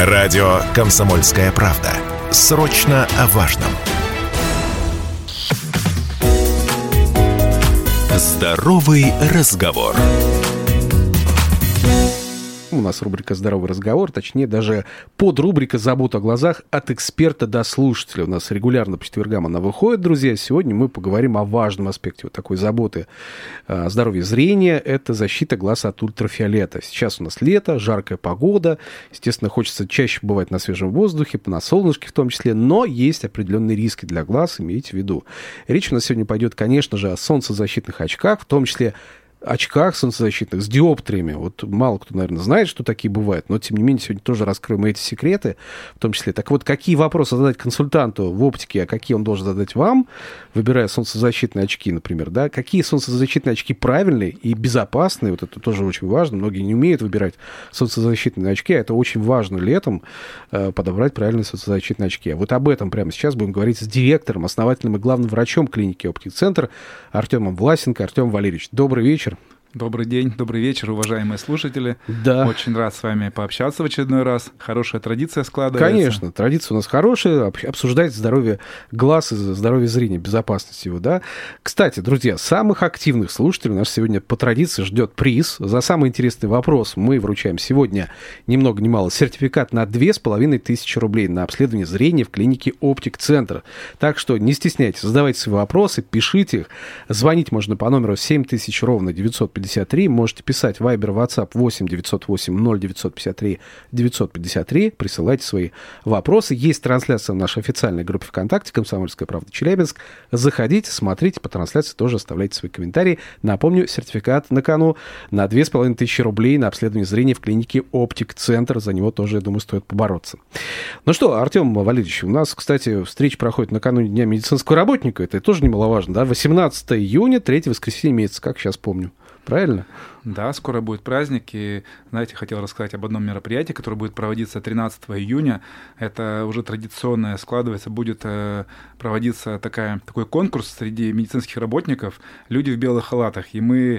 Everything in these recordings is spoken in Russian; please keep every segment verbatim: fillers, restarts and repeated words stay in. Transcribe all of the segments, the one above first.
Радио «Комсомольская правда». Срочно о важном. Здоровый разговор. У нас рубрика «Здоровый разговор», точнее, даже подрубрика «Забота о глазах» от эксперта до слушателя. У нас регулярно по четвергам она выходит, друзья. Сегодня мы поговорим о важном аспекте вот такой заботы о здоровье зрения. Это защита глаз от ультрафиолета. Сейчас у нас лето, жаркая погода. Естественно, хочется чаще бывать на свежем воздухе, на солнышке в том числе. Но есть определенные риски для глаз, имейте в виду. Речь у нас сегодня пойдет, конечно же, о солнцезащитных очках, в том числе очках солнцезащитных с диоптриями. Вот мало кто, наверное, знает, что такие бывают, но, тем не менее, сегодня тоже раскроем эти секреты, в том числе. Так вот, какие вопросы задать консультанту в оптике, а какие он должен задать вам, выбирая солнцезащитные очки, например, да? Какие солнцезащитные очки правильные и безопасные, вот это тоже очень важно. Многие не умеют выбирать солнцезащитные очки, а это очень важно летом э, подобрать правильные солнцезащитные очки. А вот об этом прямо сейчас будем говорить с директором, основателем и главным врачом клиники «Оптик-центр» Артемом Власенко. Артем Валерьевич, добрый вечер. Добрый день, добрый вечер, уважаемые слушатели. Да. Очень рад с вами пообщаться в очередной раз. Хорошая традиция складывается. Конечно, традиция у нас хорошая. Обсуждать здоровье глаз и здоровье зрения, безопасность его, да. Кстати, друзья, самых активных слушателей нас сегодня по традиции ждет приз. За самый интересный вопрос мы вручаем сегодня ни много ни мало сертификат на две с половиной тысячи рублей на обследование зрения в клинике «Оптик-центр». Так что не стесняйтесь, задавайте свои вопросы, пишите их. Звонить можно по номеру семь тысяч ровно девятьсот пятьдесят три. Можете писать Viber, WhatsApp восемь девятьсот восемь ноль девятьсот пятьдесят три девятьсот пятьдесят три. Присылайте свои вопросы. Есть трансляция в нашей официальной группе ВКонтакте «Комсомольская правда Челябинск». Заходите, смотрите, по трансляции тоже оставляйте свои комментарии. Напомню, сертификат на кону на две с половиной тысячи рублей на обследование зрения в клинике «Оптик-центр». За него тоже, я думаю, стоит побороться. Ну что, Артем Валерьевич, у нас, кстати, встреча проходит накануне Дня медицинского работника. Это тоже немаловажно, да? восемнадцатого июня, третье воскресенье месяца, как сейчас помню. Правильно? Да, скоро будет праздник, и, знаете, хотел рассказать об одном мероприятии, которое будет проводиться тринадцатого июня. Это уже традиционное складывается, будет э, проводиться такая, такой конкурс среди медицинских работников «Люди в белых халатах». И мы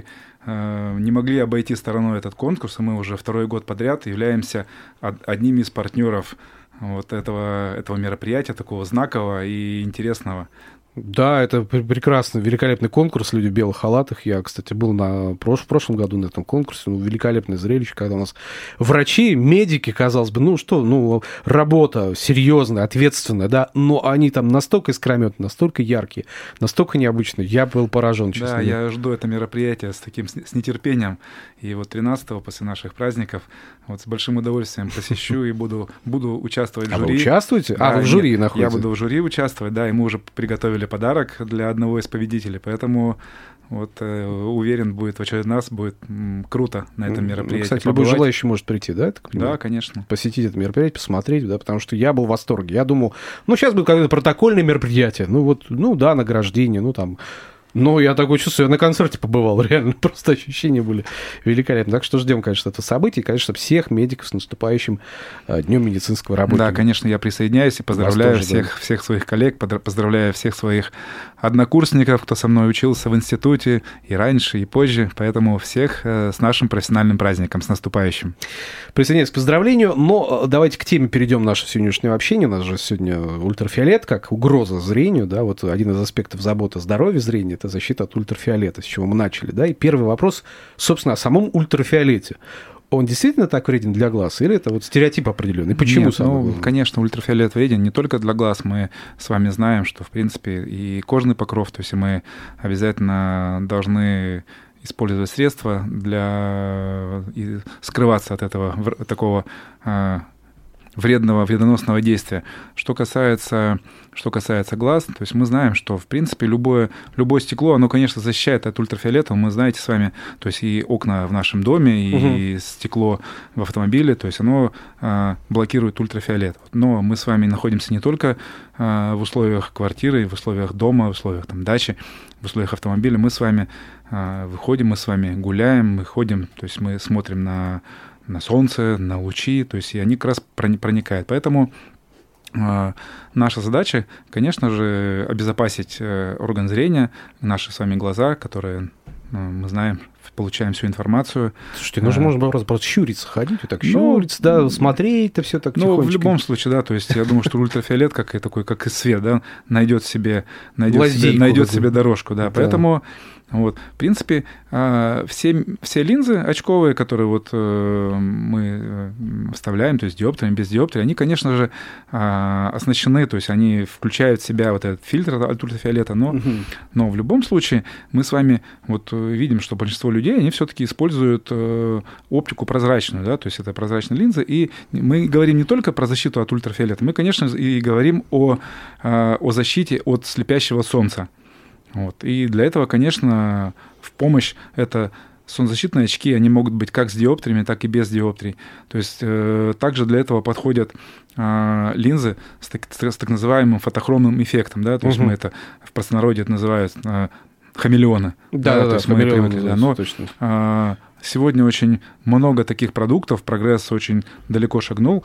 э, не могли обойти стороной этот конкурс, и мы уже второй год подряд являемся од- одними из партнеров вот этого, этого мероприятия, такого знакового и интересного. Да, это прекрасный, великолепный конкурс «Люди в белых халатах». Я, кстати, был на прош... в прошлом году на этом конкурсе. Ну, великолепное зрелище, когда у нас врачи, медики, казалось бы, ну что, ну, работа серьезная, ответственная, да, но они там настолько искрометные, настолько яркие, настолько необычные. Я был поражен, честно. Да, я жду это мероприятие с таким с нетерпением. И вот тринадцатого, после наших праздников, вот с большим удовольствием посещу и буду, буду участвовать в жюри. А вы участвуете? Да, а, вы в жюри нет, находитесь? Я буду в жюри участвовать, да, и мы уже приготовили подарок для одного из победителей, поэтому вот э, уверен, будет в очередной раз будет м, круто на этом мероприятии. Ну, кстати, побывать. любой желающий может прийти, да? Да, конечно. Посетить это мероприятие, посмотреть, да, потому что я был в восторге. Я думал, ну, сейчас будет какое-то протокольное мероприятие, ну, вот, ну, да, награждение, ну, там... Ну, я такое чувствую, я на концерте побывал, реально, просто ощущения были великолепные. Так что ждем, конечно, этого события, и, конечно, всех медиков с наступающим э, Днем медицинского работника. Да, конечно, я присоединяюсь и поздравляю тоже, всех, да. всех своих коллег, поздравляю всех своих однокурсников, кто со мной учился в институте и раньше, и позже, поэтому всех э, с нашим профессиональным праздником, с наступающим. Присоединяюсь к поздравлению, но давайте к теме перейдем нашего сегодняшнего общения. У нас же сегодня ультрафиолет, как угроза зрению, да, вот один из аспектов заботы о здоровье зрения — это защита от ультрафиолета, с чего мы начали, да, и первый вопрос, собственно, о самом ультрафиолете. Он действительно так вреден для глаз, или это вот стереотип определенный? Почему? Нет, ну, конечно, ультрафиолет вреден не только для глаз. Мы с вами знаем, что, в принципе, и кожный покров, то есть мы обязательно должны использовать средства для и скрываться от этого такого вредного, вредоносного действия. Что касается, что касается глаз, то есть мы знаем, что, в принципе, любое, любое стекло, оно, конечно, защищает от ультрафиолета. Мы, знаете, с вами, то есть и окна в нашем доме, и угу. стекло в автомобиле, то есть оно а, блокирует ультрафиолет. Но мы с вами находимся не только а, в условиях квартиры, в условиях дома, в условиях там, дачи, в условиях автомобиля. Мы с вами а, выходим, мы с вами гуляем, мы ходим, то есть мы смотрим на на солнце, на лучи, то есть и они как раз проникают. Поэтому наша задача, конечно же, обезопасить орган зрения, наши с вами глаза, которые, мы знаем, получаем всю информацию. Слушайте, ну же можно просто, просто щуриться, ходить, вот так щуриться, ну, да, смотреть, это все так тихонечко. Ну, в любом случае, да, то есть я думаю, что ультрафиолет, как и такой, как и свет, да, найдет себе, найдет себе, найдет себе дорожку, да, да. Поэтому вот, в принципе, все, все линзы очковые, которые вот мы вставляем, то есть диоптриями, без диоптрии, они, конечно же, оснащены, то есть они включают в себя вот этот фильтр от ультрафиолета, но, угу. но в любом случае мы с вами вот видим, что большинство людей, они все-таки используют оптику прозрачную, да, то есть это прозрачная линза, и мы говорим не только про защиту от ультрафиолета, мы, конечно, и говорим о, о защите от слепящего солнца. Вот. И для этого, конечно, в помощь это солнцезащитные очки, они могут быть как с диоптриями, так и без диоптрий. То есть э, также для этого подходят э, линзы с так, с так называемым фотохромным эффектом, да, то угу. есть мы это в простонародье это называют э, хамелеоны. Да, да, да, то есть мы привыкли, да, но точно. Э, сегодня очень много таких продуктов, прогресс очень далеко шагнул,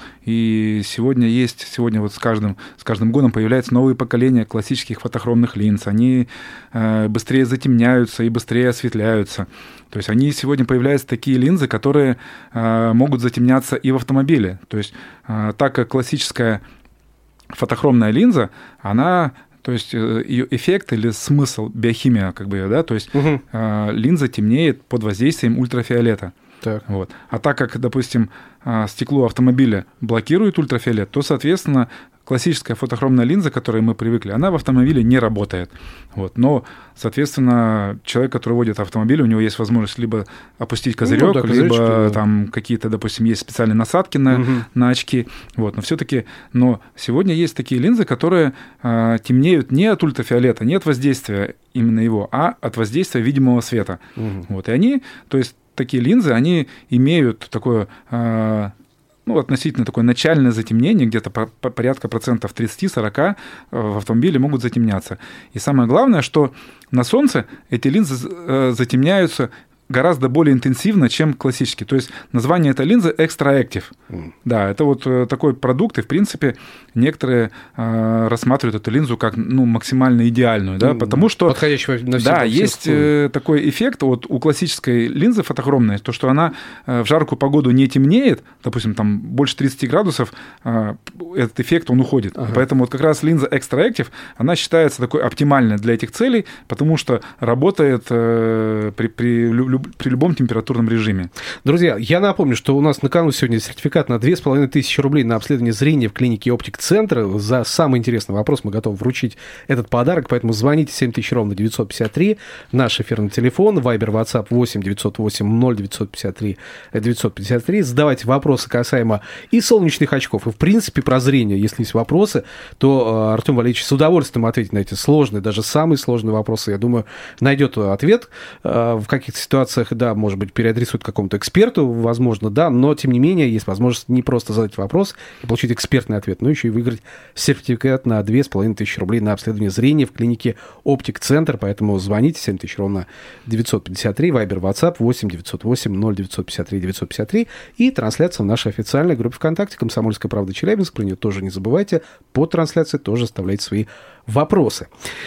и сегодня есть, сегодня вот с каждым, с каждым годом появляются новые поколения классических фотохромных линз, они э, быстрее затемняются и быстрее осветляются. То есть они сегодня появляются такие линзы, которые э, могут затемняться и в автомобиле. То есть э, так как классическая фотохромная линза, она... То есть ее эффект или смысл, биохимия, как бы ее, да, то есть угу. э, линза темнеет под воздействием ультрафиолета. Так. Вот. А так как, допустим, стекло автомобиля блокирует ультрафиолет, то, соответственно, классическая фотохромная линза, к которой мы привыкли, она в автомобиле не работает. Вот. Но, соответственно, человек, который водит автомобиль, у него есть возможность либо опустить козырек, ну, да, либо да. там какие-то, допустим, есть специальные насадки на, угу. на очки. Вот. Но все-таки, но сегодня есть такие линзы, которые э, темнеют не от ультрафиолета, не от воздействия именно его, а от воздействия видимого света. Угу. Вот. И они, то есть такие линзы, они имеют такое... Э, ну, относительно такое начальное затемнение, где-то по, по порядка процентов тридцать-сорок в автомобиле могут затемняться. И самое главное, что на солнце эти линзы затемняются гораздо более интенсивно, чем классические. То есть название этой линзы Extra Active. Mm. Да, это вот такой продукт, и, в принципе, некоторые э, рассматривают эту линзу как ну, максимально идеальную, да, mm. потому что... Подходящего на все, да, есть э, такой эффект вот у классической линзы фотохромной, то, что она э, в жаркую погоду не темнеет, допустим, там больше тридцать градусов, э, этот эффект, он уходит. Ага. Поэтому вот как раз линза Extra Active, она считается такой оптимальной для этих целей, потому что работает э, при, при при любом температурном режиме. Друзья, я напомню, что у нас на кону сегодня сертификат на две с половиной тысячи рублей на обследование зрения в клинике Оптик-центра. За самый интересный вопрос мы готовы вручить этот подарок, поэтому звоните семь тысяч ровно девятьсот пятьдесят три, наш эфирный телефон, вайбер, ватсап восемь девятьсот восемь ноль девятьсот пятьдесят три девятьсот пятьдесят три. Задавайте вопросы касаемо и солнечных очков, и, в принципе, про зрение. Если есть вопросы, то Артем Валерьевич с удовольствием ответит на эти сложные, даже самые сложные вопросы. Я думаю, найдет ответ в каких-то ситуациях. Да, может быть, переадресуют какому-то эксперту, возможно, да, но, тем не менее, есть возможность не просто задать вопрос и получить экспертный ответ, но еще и выиграть сертификат на две с половиной тысячи рублей на обследование зрения в клинике Оптик-центр, поэтому звоните семь тысяч ровно девятьсот пятьдесят три, вайбер, ватсап восемь девятьсот восемь ноль девятьсот пятьдесят три девятьсот пятьдесят три и трансляция в нашей официальной группе ВКонтакте «Комсомольская правда Челябинск», про нее тоже не забывайте, под трансляцией тоже оставляйте свои вопросы.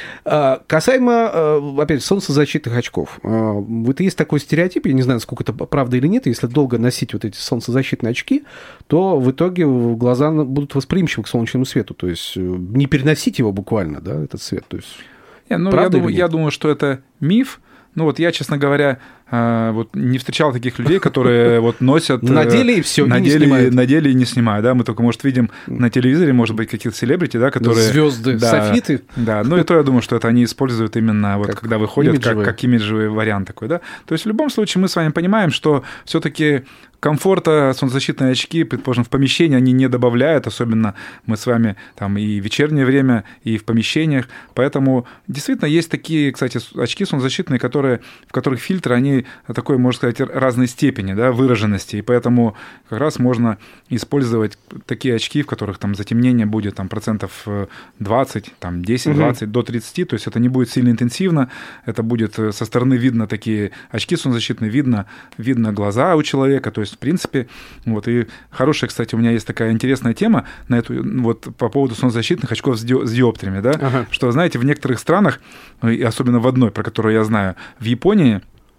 Касаемо, опять, солнцезащитных очков. Вот есть такой стереотип, я не знаю, насколько это правда или нет, если долго носить вот эти солнцезащитные очки, то в итоге глаза будут восприимчивы к солнечному свету, то есть не переносить его буквально, да, этот свет. То есть, не, ну, я, думаю, я думаю, что это миф. Ну вот я, честно говоря, вот не встречал таких людей, которые вот носят... Надели и все, и не снимают. Надели и не снимают, да. Мы только, может, видим на телевизоре, может быть, каких-то селебрити, да, которые... Звезды, да, софиты. Да, ну и то, я думаю, что это они используют именно вот когда выходят, как, как имиджевый вариант такой, да. То есть в любом случае мы с вами понимаем, что все-таки комфорта солнцезащитные очки, предположим, в помещении они не добавляют, особенно мы с вами там и в вечернее время, и в помещениях. Поэтому действительно есть такие, кстати, очки солнцезащитные, которые, в которых фильтры, они они такой, можно сказать, разной степени, да, выраженности, и поэтому как раз можно использовать такие очки, в которых там затемнение будет там, процентов двадцать, там, десять-двадцать, угу. до тридцати, то есть это не будет сильно интенсивно, это будет со стороны видно такие очки солнцезащитные, видно, видно глаза у человека, то есть в принципе, вот, и хорошая, кстати, у меня есть такая интересная тема на эту, вот, по поводу солнцезащитных очков с диоптриями, да, ага. что, знаете, в некоторых странах, и особенно в одной, про которую я знаю, в Японии,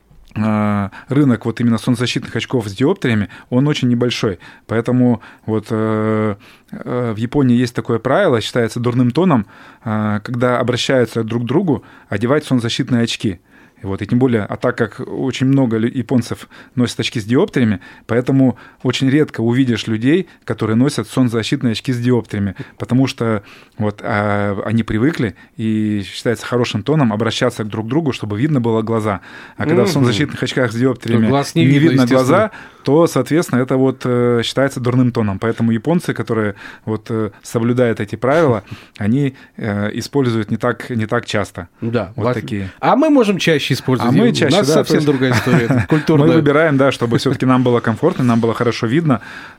рынок вот именно солнцезащитных очков с диоптриями, он очень небольшой. Поэтому вот э, в Японии есть такое правило, считается дурным тоном, э, когда обращаются друг к другу, одевать солнцезащитные очки. Вот, и тем более, а так как очень много японцев носят очки с диоптриями, поэтому очень редко увидишь людей, которые носят солнцезащитные очки с диоптриями, потому что вот, а, они привыкли, и считается хорошим тоном обращаться друг к другу, чтобы видно было глаза. А когда mm-hmm. в солнцезащитных очках с диоптриями глаз не, не видно, видно глаза, то, соответственно, это вот считается дурным тоном. Поэтому японцы, которые вот соблюдают эти правила, они используют не так, не так часто. Да, вот власть... такие. А мы можем чаще использовать. А мы чаще, У нас да, совсем есть... другая история. Культурная. Мы выбираем, да, чтобы все-таки нам было комфортно, нам было хорошо видно.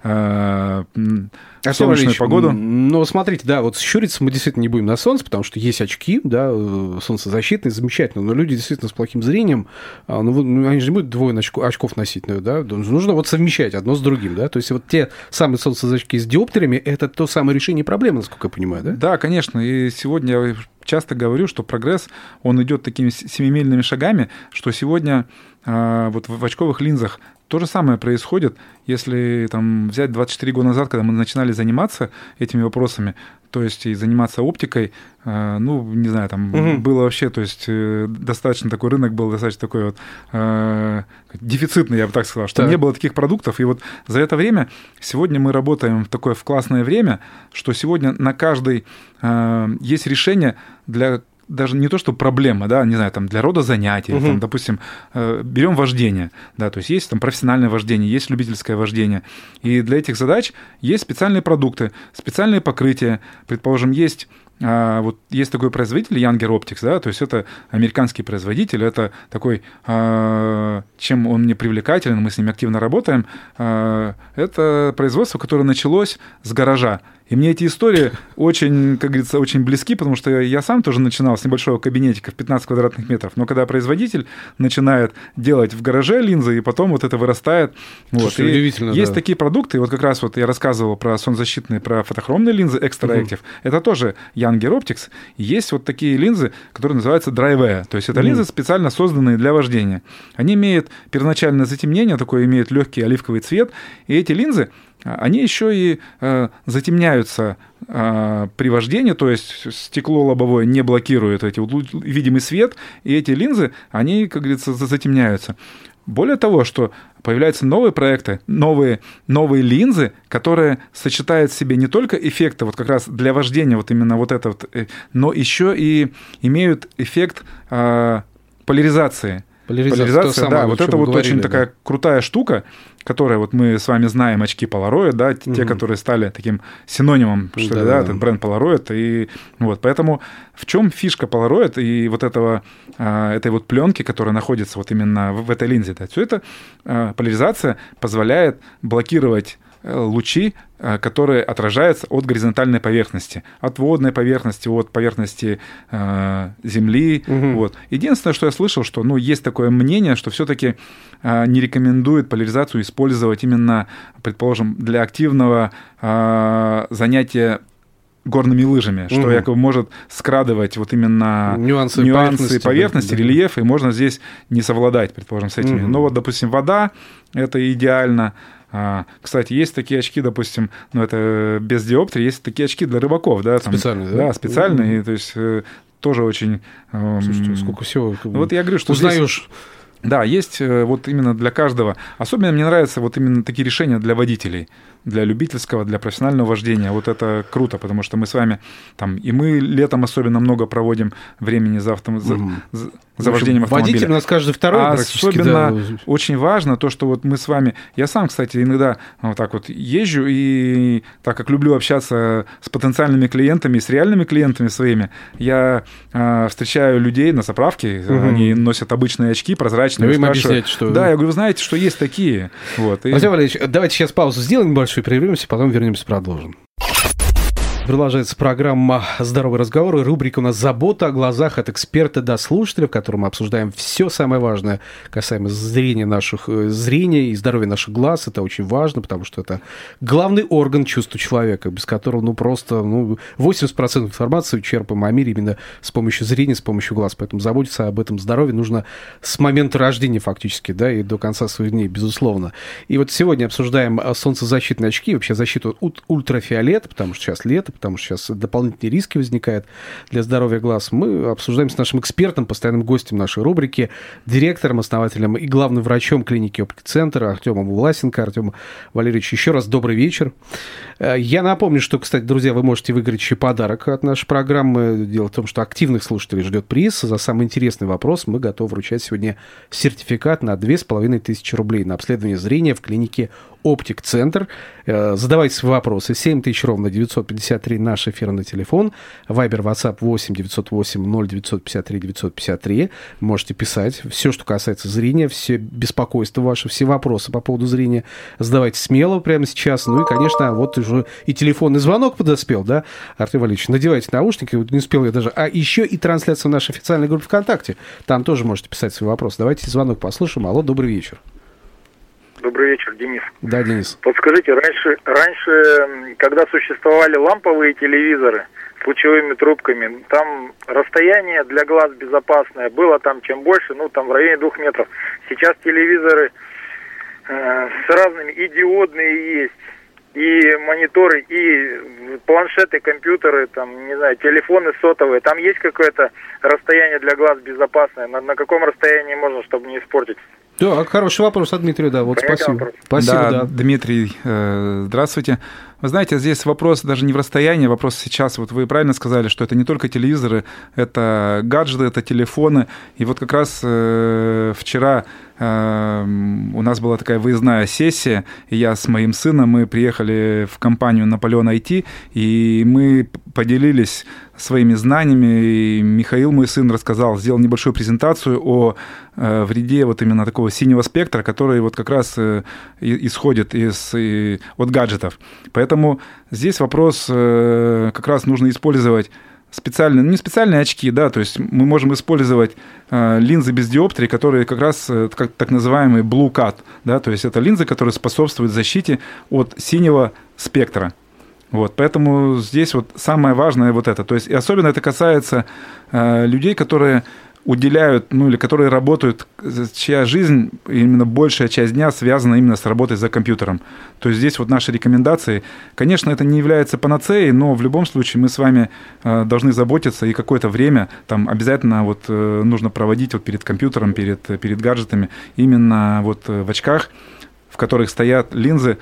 Солнечную погоду. Ну, смотрите, да, вот щуриться мы действительно не будем на солнце, потому что есть очки, да, солнцезащитные, замечательно, но люди действительно с плохим зрением, ну, они же не будут двое очков носить, да, нужно вот совмещать одно с другим, да, то есть вот те самые солнцезащитные с диоптриями, это то самое решение проблемы, насколько я понимаю, да? Да, конечно, и сегодня я часто говорю, что прогресс, он идет такими семимильными шагами, что сегодня вот в очковых линзах то же самое происходит, если там, взять двадцать четыре года назад, когда мы начинали заниматься этими вопросами, то есть и заниматься оптикой, э, ну, не знаю, там угу. было вообще, то есть э, достаточно такой рынок был, достаточно такой вот э, дефицитный, я бы так сказал, что так. не было таких продуктов. И вот за это время, сегодня мы работаем в такое в классное время, что сегодня на каждой э, есть решение для даже не то, что проблема, да, не знаю, там, для рода занятий, uh-huh. там, допустим, э, берем вождение, да, то есть есть там профессиональное вождение, есть любительское вождение, и для этих задач есть специальные продукты, специальные покрытия, предположим, есть а, вот есть такой производитель Younger Optics, да, то есть это американский производитель, это такой, а, чем он мне привлекателен, мы с ними активно работаем, а, это производство, которое началось с гаража. И мне эти истории очень, как говорится, очень близки, потому что я сам тоже начинал с небольшого кабинетика в пятнадцать квадратных метров, но когда производитель начинает делать в гараже линзы, и потом вот это вырастает. Вот. Удивительно, есть да. такие продукты, вот как раз вот я рассказывал про солнцезащитные, про фотохромные линзы Extra Active, угу. это тоже Younger Optics. Есть вот такие линзы, которые называются Dry-Wear, то есть это угу. линзы, специально созданные для вождения. Они имеют первоначальное затемнение, такое имеют легкий оливковый цвет, и эти линзы, они еще и э, затемняются э, при вождении, то есть стекло лобовое не блокирует эти, вот, видимый свет, и эти линзы, они, как говорится, затемняются. Более того, что появляются новые проекты, новые, новые линзы, которые сочетают в себе не только эффекты вот как раз для вождения, вот именно вот это вот, но еще и имеют эффект э, поляризации. Поляризация, Поляризация да, вот это вот говорили, очень да. такая крутая штука, которая вот мы с вами знаем, очки Polaroid, да, угу. те, которые стали таким синонимом, что да, ли, да, да, этот бренд Polaroid, и вот, поэтому в чем фишка Polaroid и вот этого, этой вот пленки, которая находится вот именно в этой линзе, да, все это поляризация позволяет блокировать лучи, которые отражаются от горизонтальной поверхности, от водной поверхности, от поверхности э, Земли. Угу. Вот. Единственное, что я слышал, что ну, есть такое мнение, что все-таки э, не рекомендуют поляризацию использовать именно, предположим, для активного э, занятия горными лыжами, что угу. якобы может скрадывать вот именно нюансы, нюансы поверхности, поверхности да, рельефа, и можно здесь не совладать, предположим, с этими. Угу. Но вот, допустим, вода — это идеально. Кстати, есть такие очки, допустим, ну это без диоптрии, есть такие очки для рыбаков, да, там, специальные, да? Да, специальные, mm-hmm. то есть тоже очень... Слушайте, сколько всего... Вот я говорю, что узнаешь... Здесь, да, есть вот именно для каждого. Особенно мне нравятся вот именно такие решения для водителей, для любительского, для профессионального вождения. Вот это круто, потому что мы с вами там, и мы летом особенно много проводим времени за, авто... mm-hmm. за, за вождением автомобиля. Водитель у нас каждый второй а практически. Особенно да. очень важно то, что вот мы с вами... Я сам, кстати, иногда вот так вот езжу, и так как люблю общаться с потенциальными клиентами, с реальными клиентами своими, я э, встречаю людей на заправке, mm-hmm. они носят обычные очки, прозрачные, невзрачные. Вы им объясняете, что... Да, я говорю, вы знаете, что есть такие. Вот, и... Артем Валерьевич, давайте сейчас паузу сделаем небольшую, прервемся, потом вернемся, продолжим. Продолжается программа «Здоровый разговор», и рубрика у нас «Забота о глазах от эксперта до слушателя», в которой мы обсуждаем все самое важное касаемо зрения наших, зрения и здоровья наших глаз. Это очень важно, потому что это главный орган чувства человека, без которого ну, просто ну, восемьдесят процентов информации черпаем о мире именно с помощью зрения, с помощью глаз. Поэтому заботиться об этом здоровье нужно с момента рождения фактически, да, и до конца своих дней, безусловно. И вот сегодня обсуждаем солнцезащитные очки, вообще защиту от ультрафиолета, потому что сейчас лето, потому что сейчас дополнительные риски возникают для здоровья глаз. Мы обсуждаем с нашим экспертом, постоянным гостем нашей рубрики, директором, основателем и главным врачом клиники «Оптик-центр» Артемом Власенко. Артем Валерьевич, еще раз добрый вечер. Я напомню, что, кстати, друзья, вы можете выиграть еще подарок от нашей программы. Дело в том, что активных слушателей ждет приз. За самый интересный вопрос мы готовы вручать сегодня сертификат на две с половиной тысячи рублей на обследование зрения в клинике «Оптик-центр». Задавайте свои вопросы. семь тысяч ровно девятьсот пятьдесят три наш эфирный телефон. Вайбер, WhatsApp восемь девятьсот восемь ноль девятьсот пятьдесят три девятьсот пятьдесят три. Можете писать все, что касается зрения, все беспокойства ваши, все вопросы по поводу зрения задавайте смело прямо сейчас. Ну и, конечно, вот уже и телефонный звонок подоспел, да, Артем Валерьевич? Надевайте наушники, вот не успел я даже. А еще и трансляция в нашей официальной группе ВКонтакте. Там тоже можете писать свои вопросы. Давайте звонок послушаем. Алло, добрый вечер. Добрый вечер, Денис. Да, Денис. Подскажите, раньше, раньше, когда существовали ламповые телевизоры с лучевыми трубками, там расстояние для глаз безопасное было там чем больше, ну там в районе двух метров. Сейчас телевизоры э, с разными и диодные есть, и мониторы, и планшеты, компьютеры, там, не знаю, телефоны сотовые. Там есть какое-то расстояние для глаз безопасное? На, на каком расстоянии можно, чтобы не испортить? Да, хороший вопрос от Дмитрия, да, вот Понятен спасибо. Вопрос. Спасибо, да, да. Дмитрий, э, здравствуйте. Вы знаете, здесь вопрос даже не в расстоянии, вопрос сейчас. Вот вы правильно сказали, что это не только телевизоры, это гаджеты, это телефоны. И вот как раз э, вчера э, у нас была такая выездная сессия, и я с моим сыном, мы приехали в компанию «Наполеон ай ти», и мы поделились своими знаниями, и Михаил, мой сын, рассказал, сделал небольшую презентацию о э, вреде вот именно такого синего спектра, который вот как раз э, исходит из, и, от гаджетов. Поэтому здесь вопрос, э, как раз нужно использовать специальные, ну не специальные очки, да, то есть мы можем использовать э, линзы без диоптрии, которые как раз э, как, так называемый blue cut, да, то есть это линзы, которые способствуют защите от синего спектра. Вот, поэтому здесь вот самое важное вот это. То есть, и особенно это касается э, людей, которые уделяют, ну или которые работают, чья жизнь, именно большая часть дня связана именно с работой за компьютером. То есть здесь вот наши рекомендации, конечно, это не является панацеей, но в любом случае мы с вами э, должны заботиться, и какое-то время там обязательно вот э, нужно проводить вот перед компьютером, перед, перед гаджетами, именно вот в очках, в которых стоят линзы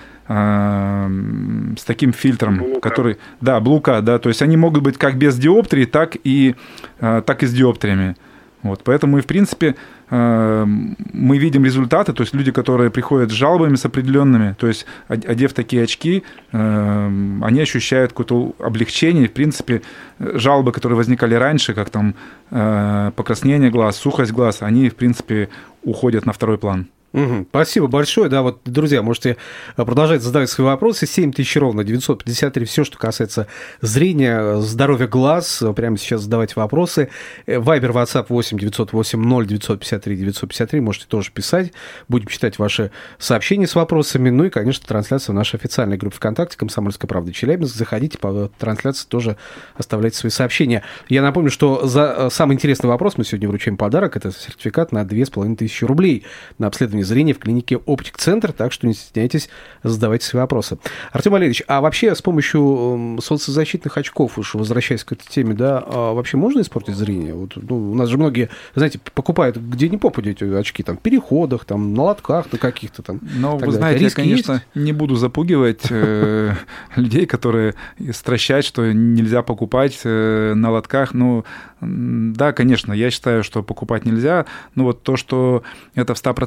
э, с таким фильтром, Blue который, да, Blue cut, да, то есть они могут быть как без диоптрии, так и, э, так и с диоптриями. Вот, поэтому и в принципе э, мы видим результаты, то есть люди, которые приходят с жалобами с определенными, то есть одев такие очки, э, они ощущают какое-то облегчение, в принципе жалобы, которые возникали раньше, как там э, покраснение глаз, сухость глаз, они в принципе уходят на второй план. Угу. Спасибо большое. Да, вот, друзья, можете продолжать задавать свои вопросы. семь тысяч ровно девятьсот пятьдесят три. Все, что касается зрения, здоровья глаз. Прямо сейчас задавайте вопросы. Вайбер, WhatsApp восемь девятьсот восемь ноль девятьсот пятьдесят три девятьсот пятьдесят три. Можете тоже писать. Будем читать ваши сообщения с вопросами. Ну и, конечно, трансляция в нашей официальной группе ВКонтакте «Комсомольская правда Челябинск». Заходите по трансляции, тоже оставляйте свои сообщения. Я напомню, что за самый интересный вопрос мы сегодня вручаем подарок. Это сертификат на две с половиной тысячи рублей на обследование зрения в клинике «Оптик-центр», так что не стесняйтесь, задавайте свои вопросы. Артем Валерьевич, а вообще с помощью солнцезащитных очков, уж возвращаясь к этой теме, да, а вообще можно испортить зрение? Вот, ну, у нас же многие, знаете, покупают где ни попадя эти очки, там, в переходах, там, на лотках, на каких-то там. Ну, вы знаете, я, конечно, есть? не буду запугивать э, людей, которые стращают, что нельзя покупать э, на лотках. Ну, да, конечно, я считаю, что покупать нельзя, но вот то, что это в ста процентах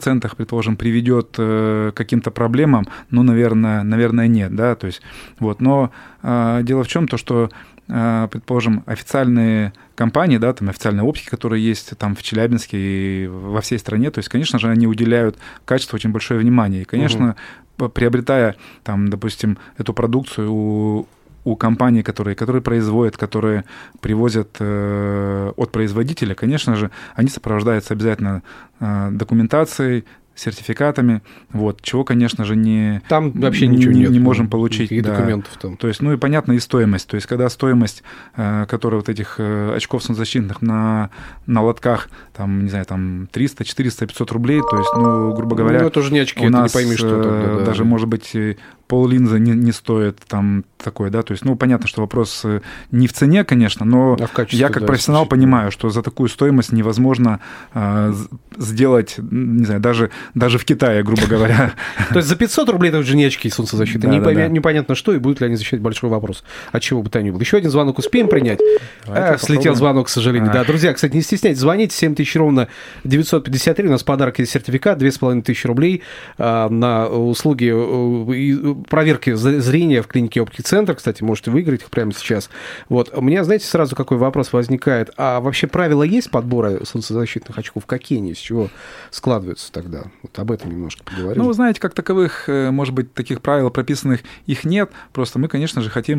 предположим, приведет к каким-то проблемам, ну, наверное, наверное, нет, да, то есть, вот, но э, дело в чем, то, что, э, предположим, официальные компании, да, там официальные оптики, которые есть там в Челябинске и во всей стране, то есть, конечно же, они уделяют качеству очень большое внимание, и, конечно, угу. приобретая, там, допустим, эту продукцию у у компаний, которые, которые производят, которые привозят э, от производителя, конечно же, они сопровождаются обязательно э, документацией, сертификатами, вот, чего, конечно же, не, там вообще ничего не, нет, не можем получить. Никаких да. документов там. То есть, ну и понятно, и стоимость. То есть, когда стоимость, э, которая вот этих э, очков солнцезащитных на, на лотках, там, не знаю, там триста, четыреста, пятьсот рублей, то есть, ну, грубо говоря, ну, это уже не очки, у это нас не пойми, что тогда, да. даже, может быть, пол-линзы не, не стоит там такой, да, то есть, ну, понятно, что вопрос не в цене, конечно, но а в я как да, профессионал понимаю, что за такую стоимость невозможно э, сделать, не знаю, даже, даже в Китае, грубо говоря. То есть за пятьсот рублей это уже не очки солнцезащиты. Да, да, да. Непонятно что, и будут ли они защищать, большой вопрос. От чего бы то ни было. Еще один звонок успеем принять? А, слетел звонок, к сожалению. А. Да, друзья, кстати, не стесняйтесь, звоните. семь тысяч ровно девятьсот пятьдесят три. У нас подарок и сертификат. две тысячи пятьсот рублей а, на услуги и проверки зрения в клинике «Оптик-центр». Кстати, можете выиграть их прямо сейчас. Вот. У меня, знаете, сразу какой вопрос возникает. А вообще правила есть подбора солнцезащитных очков? Какие они? Из чего складываются тогда? Вот об этом немножко поговорим. Ну, вы знаете, как таковых, может быть, таких правил прописанных их нет. Просто мы, конечно же, хотим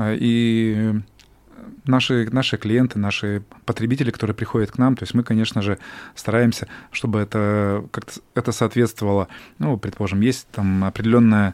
и наши, наши клиенты, наши потребители, которые приходят к нам, то есть мы, конечно же, стараемся, чтобы это как-то это соответствовало, ну, предположим, есть там определенная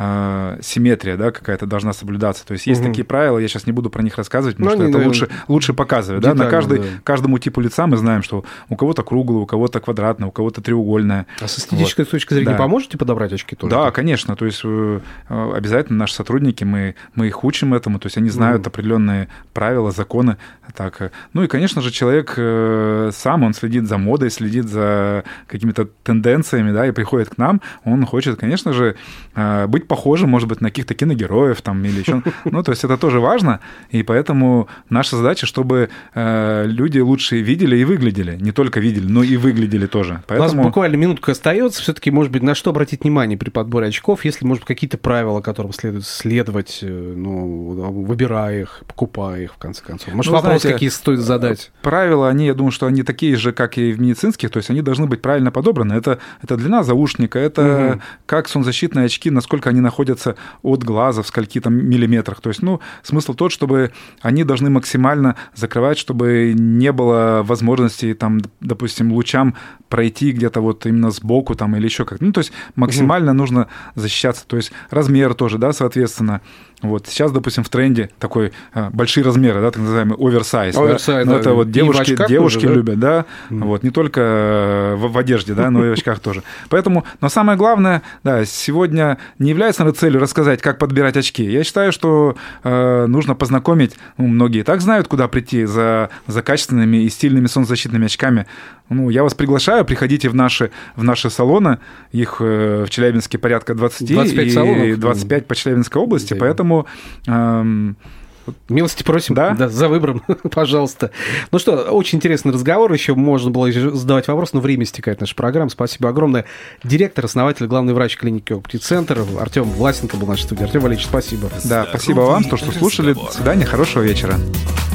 э, симметрия, да, какая-то должна соблюдаться. То есть есть угу. такие правила, я сейчас не буду про них рассказывать, потому Но что это лучше, лучше показывать. Да? На каждый, да. каждому типу лица мы знаем, что у кого-то круглое, у кого-то квадратное, у кого-то треугольное. А с эстетической вот. точки зрения да. поможете подобрать очки тоже? Да, так? конечно. То есть обязательно наши сотрудники, мы, мы их учим этому, то есть они знают угу. определенные правила, законы. Так. Ну и, конечно же, человек сам, он следит за модой, следит за какими-то тенденциями, да, и приходит к нам, он хочет, конечно же, быть похожим, может быть, на каких-то киногероев там или еще. Ну, то есть это тоже важно, и поэтому наша задача, чтобы люди лучше видели и выглядели. Не только видели, но и выглядели тоже. Поэтому... У нас буквально минутка остается. Все-таки, может быть, на что обратить внимание при подборе очков, если, может быть, какие-то правила, которым следует следовать, ну, выбирая их, покупая их, в конце концов. Может, ну, вопросы какие стоит задать? Правила, они, я думаю, что они такие же, как и в медицинских, то есть они должны быть правильно подобраны. Это, это длина заушника, это угу. как солнцезащитные очки, насколько они находятся от глаза, в скольки там миллиметрах. То есть, ну, смысл тот, чтобы они должны максимально закрывать, чтобы не было возможности, там, допустим, лучам пройти где-то вот именно сбоку там или еще как-то. Ну, то есть максимально угу. нужно защищаться. То есть размер тоже, да, соответственно. Вот сейчас, допустим, в тренде такой а, большие размеры, да, так называемый оверсайз. Оверсайз, да? да. Это вот девушки, девушки тоже, да? любят, да, mm. вот, не только в, в одежде, да, но и в очках тоже. Поэтому, но самое главное, да, сегодня не является наверное, целью рассказать, как подбирать очки. Я считаю, что э, нужно познакомить, ну, многие и так знают, куда прийти за, за качественными и стильными солнцезащитными очками. Ну, я вас приглашаю, приходите в наши, в наши салоны, их э, в Челябинске порядка двадцать, двадцать пять и салонов. двадцать пять по Челябинской области, да. Поэтому... Эм, Милости просим, да? Да, за выбором, пожалуйста. Ну что, очень интересный разговор, еще можно было задавать вопрос, но время истекает наша программа. Спасибо огромное. Директор, основатель, главный врач клиники «Оптик-центр» Артем Власенко был в нашей студии. Артем Валерьевич, спасибо. Да, спасибо вам, то, что слушали. До свидания, хорошего вечера.